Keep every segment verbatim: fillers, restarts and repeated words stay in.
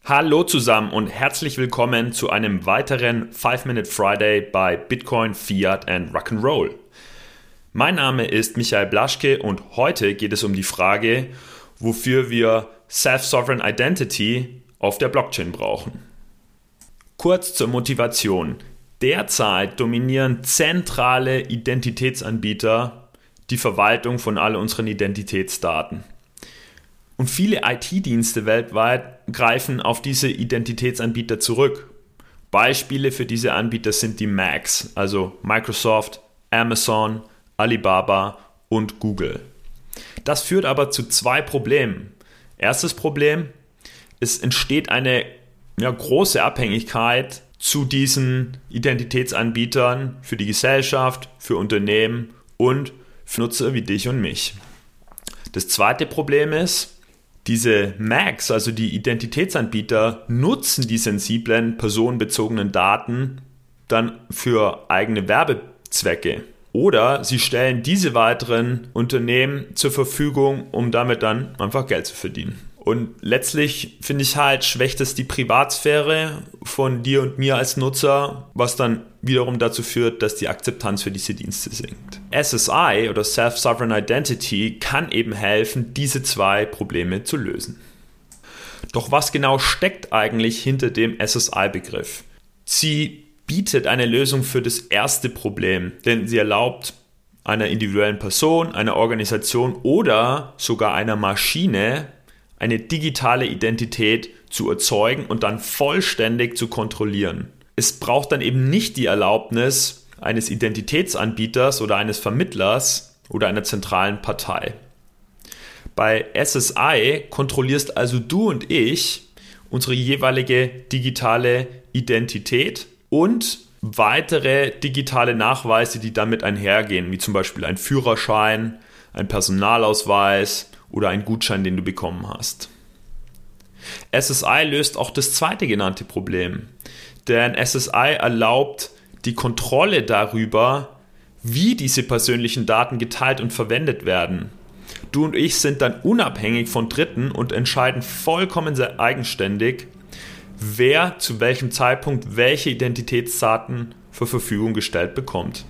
Hallo zusammen und herzlich willkommen zu einem weiteren five minute Friday bei Bitcoin, Fiat and Rock'n'Roll. Mein Name ist Michael Blaschke und heute geht es um die Frage, wofür wir Self-Sovereign Identity auf der Blockchain brauchen. Kurz zur Motivation. Derzeit dominieren zentrale Identitätsanbieter die Verwaltung von all unseren Identitätsdaten. Und viele I T-Dienste weltweit greifen auf diese Identitätsanbieter zurück. Beispiele für diese Anbieter sind die M A Cs, also Microsoft, Amazon, Alibaba und Google. Das führt aber zu zwei Problemen. Erstes Problem, es entsteht eine ja, große Abhängigkeit zu diesen Identitätsanbietern für die Gesellschaft, für Unternehmen und für Nutzer wie dich und mich. Das zweite Problem ist, diese M A Cs, also die Identitätsanbieter, nutzen die sensiblen personenbezogenen Daten dann für eigene Werbezwecke. Oder sie stellen diese weiteren Unternehmen zur Verfügung, um damit dann einfach Geld zu verdienen. Und letztlich, finde ich halt, schwächt es die Privatsphäre von dir und mir als Nutzer, was dann wiederum dazu führt, dass die Akzeptanz für diese Dienste sinkt. S S I oder Self-Sovereign Identity kann eben helfen, diese zwei Probleme zu lösen. Doch was genau steckt eigentlich hinter dem S S I-Begriff? Sie bietet eine Lösung für das erste Problem, denn sie erlaubt einer individuellen Person, einer Organisation oder sogar einer Maschine eine digitale Identität zu erzeugen und dann vollständig zu kontrollieren. Es braucht dann eben nicht die Erlaubnis eines Identitätsanbieters oder eines Vermittlers oder einer zentralen Partei. Bei S S I kontrollierst also du und ich unsere jeweilige digitale Identität und weitere digitale Nachweise, die damit einhergehen, wie zum Beispiel ein Führerschein, ein Personalausweis oder ein Gutschein, den du bekommen hast. S S I löst auch das zweite genannte Problem, denn S S I erlaubt die Kontrolle darüber, wie diese persönlichen Daten geteilt und verwendet werden. Du und ich sind dann unabhängig von Dritten und entscheiden vollkommen sehr eigenständig, wer zu welchem Zeitpunkt welche Identitätsdaten zur Verfügung gestellt bekommt.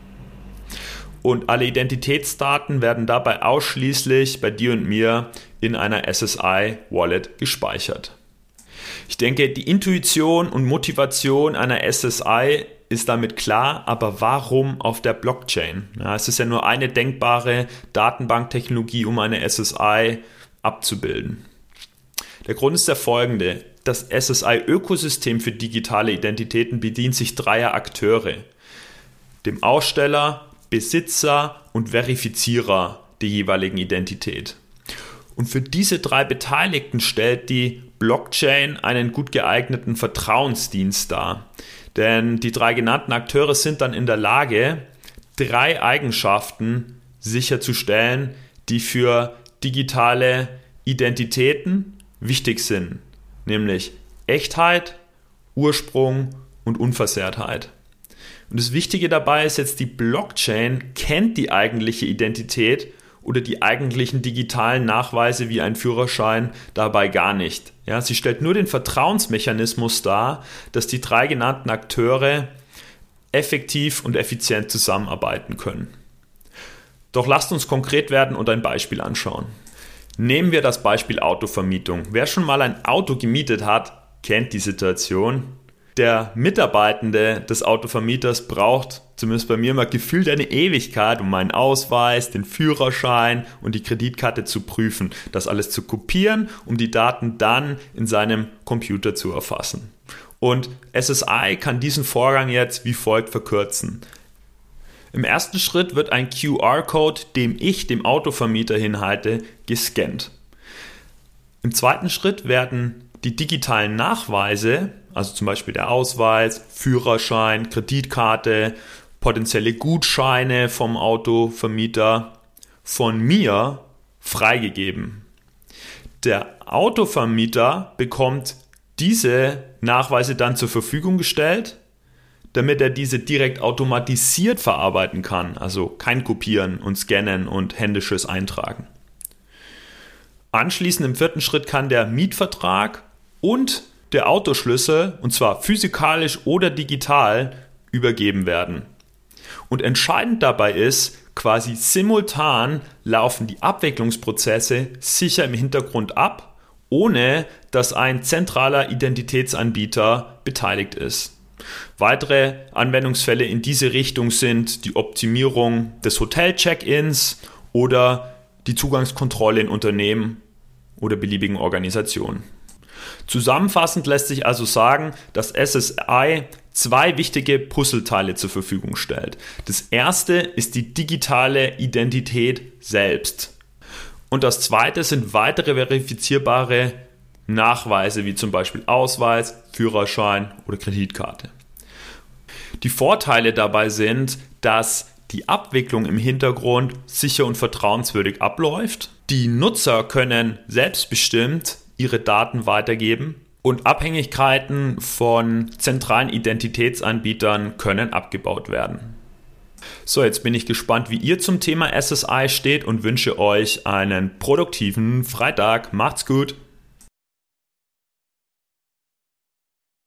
Und alle Identitätsdaten werden dabei ausschließlich bei dir und mir in einer S S I-Wallet gespeichert. Ich denke, die Intuition und Motivation einer S S I ist damit klar, aber warum auf der Blockchain? Ja, es ist ja nur eine denkbare Datenbanktechnologie, um eine S S I abzubilden. Der Grund ist der folgende. Das S S I-Ökosystem für digitale Identitäten bedient sich dreier Akteure: dem Aussteller, Besitzer und Verifizierer der jeweiligen Identität. Und für diese drei Beteiligten stellt die Blockchain einen gut geeigneten Vertrauensdienst dar. Denn die drei genannten Akteure sind dann in der Lage, drei Eigenschaften sicherzustellen, die für digitale Identitäten wichtig sind, nämlich Echtheit, Ursprung und Unversehrtheit. Und das Wichtige dabei ist jetzt, die Blockchain kennt die eigentliche Identität oder die eigentlichen digitalen Nachweise wie ein Führerschein dabei gar nicht. Ja, sie stellt nur den Vertrauensmechanismus dar, dass die drei genannten Akteure effektiv und effizient zusammenarbeiten können. Doch lasst uns konkret werden und ein Beispiel anschauen. Nehmen wir das Beispiel Autovermietung. Wer schon mal ein Auto gemietet hat, kennt die Situation. Der Mitarbeitende des Autovermieters braucht, zumindest bei mir mal gefühlt eine Ewigkeit, um meinen Ausweis, den Führerschein und die Kreditkarte zu prüfen, das alles zu kopieren, um die Daten dann in seinem Computer zu erfassen. Und S S I kann diesen Vorgang jetzt wie folgt verkürzen. Im ersten Schritt wird ein Q R-Code, dem ich dem Autovermieter hinhalte, gescannt. Im zweiten Schritt werden die digitalen Nachweise, also zum Beispiel der Ausweis, Führerschein, Kreditkarte, potenzielle Gutscheine vom Autovermieter, von mir freigegeben. Der Autovermieter bekommt diese Nachweise dann zur Verfügung gestellt, damit er diese direkt automatisiert verarbeiten kann, also kein Kopieren und Scannen und händisches Eintragen. Anschließend im vierten Schritt kann der Mietvertrag und der Autoschlüssel, und zwar physikalisch oder digital, übergeben werden. Und entscheidend dabei ist, quasi simultan laufen die Abwicklungsprozesse sicher im Hintergrund ab, ohne dass ein zentraler Identitätsanbieter beteiligt ist. Weitere Anwendungsfälle in diese Richtung sind die Optimierung des Hotel-Check-ins oder die Zugangskontrolle in Unternehmen oder beliebigen Organisationen. Zusammenfassend lässt sich also sagen, dass S S I zwei wichtige Puzzleteile zur Verfügung stellt. Das erste ist die digitale Identität selbst. Und das zweite sind weitere verifizierbare Nachweise, wie zum Beispiel Ausweis, Führerschein oder Kreditkarte. Die Vorteile dabei sind, dass die Abwicklung im Hintergrund sicher und vertrauenswürdig abläuft. Die Nutzer können selbstbestimmt ihre Daten weitergeben und Abhängigkeiten von zentralen Identitätsanbietern können abgebaut werden. So, jetzt bin ich gespannt, wie ihr zum Thema S S I steht und wünsche euch einen produktiven Freitag. Macht's gut!